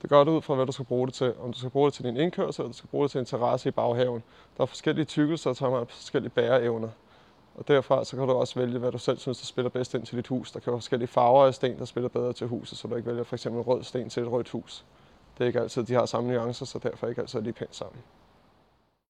Det gør du ud fra, hvad du skal bruge det til. Om du skal bruge det til din indkørsel, eller du skal bruge det til en terrasse i baghaven. Der er forskellige tykkelser, som har forskellige bæreevner. Og derfra så kan du også vælge, hvad du selv synes, der spiller bedst ind til dit hus. Der kan være forskellige farver af sten, der spiller bedre til huset, så du ikke vælger f.eks. rød sten til et rødt hus. Det er ikke altid, de har samme nuancer, så derfor ikke altid lige pænt sammen.